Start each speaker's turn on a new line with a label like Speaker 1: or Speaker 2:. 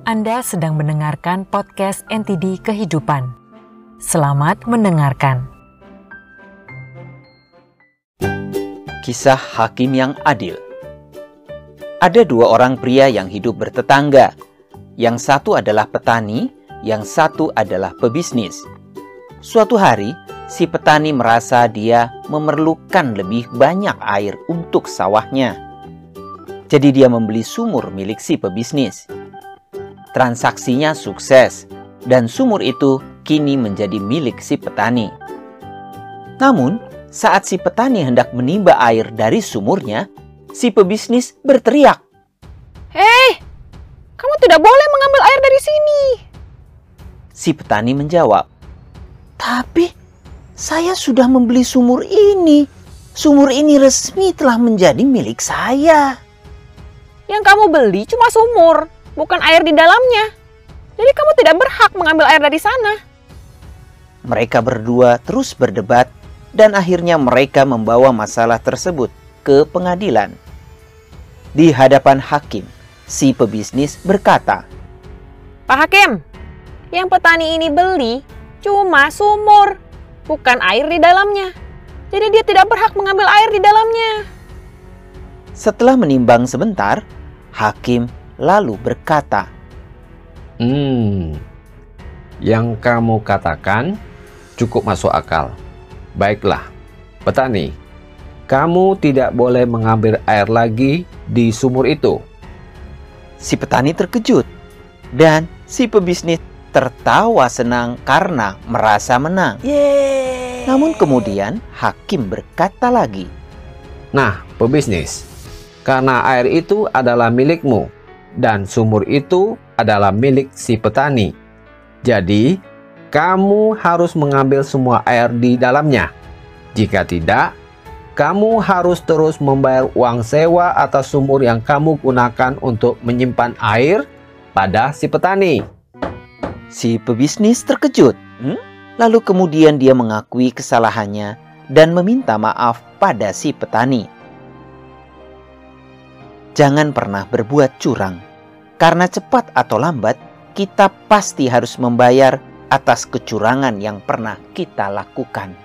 Speaker 1: Anda sedang mendengarkan podcast NTD Kehidupan. Selamat mendengarkan.
Speaker 2: Kisah Hakim yang Adil. Ada dua orang pria yang hidup bertetangga. Yang satu adalah petani, yang satu adalah pebisnis. Suatu hari, si petani merasa dia memerlukan lebih banyak air untuk sawahnya. Jadi dia membeli sumur milik si pebisnis. Transaksinya sukses, dan sumur itu kini menjadi milik si petani. Namun, saat si petani hendak menimba air dari sumurnya, si pebisnis berteriak,
Speaker 3: "Hei, kamu tidak boleh mengambil air dari sini."
Speaker 2: Si petani menjawab, "Tapi saya sudah membeli sumur ini. Sumur ini resmi telah menjadi milik saya."
Speaker 3: Yang kamu beli cuma sumur, bukan air di dalamnya. Jadi kamu tidak berhak mengambil air dari sana.
Speaker 2: Mereka berdua terus berdebat dan akhirnya mereka membawa masalah tersebut ke pengadilan. Di hadapan hakim, si pebisnis berkata,
Speaker 3: "Pak Hakim, yang petani ini beli cuma sumur, bukan air di dalamnya. Jadi dia tidak berhak mengambil air di dalamnya."
Speaker 2: Setelah menimbang sebentar, hakim lalu berkata,
Speaker 4: Yang kamu katakan cukup masuk akal. Baiklah, petani, kamu tidak boleh mengambil air lagi di sumur itu."
Speaker 2: Si petani terkejut dan si pebisnis tertawa senang karena merasa menang. Namun kemudian hakim berkata lagi,
Speaker 4: Nah, pebisnis, karena air itu adalah milikmu dan sumur itu adalah milik si petani. Jadi, kamu harus mengambil semua air di dalamnya. Jika tidak, kamu harus terus membayar uang sewa atas sumur yang kamu gunakan untuk menyimpan air pada si petani.
Speaker 2: Si pebisnis terkejut. Lalu kemudian dia mengakui kesalahannya dan meminta maaf pada si petani. Jangan pernah berbuat curang, karena cepat atau lambat kita pasti harus membayar atas kecurangan yang pernah kita lakukan.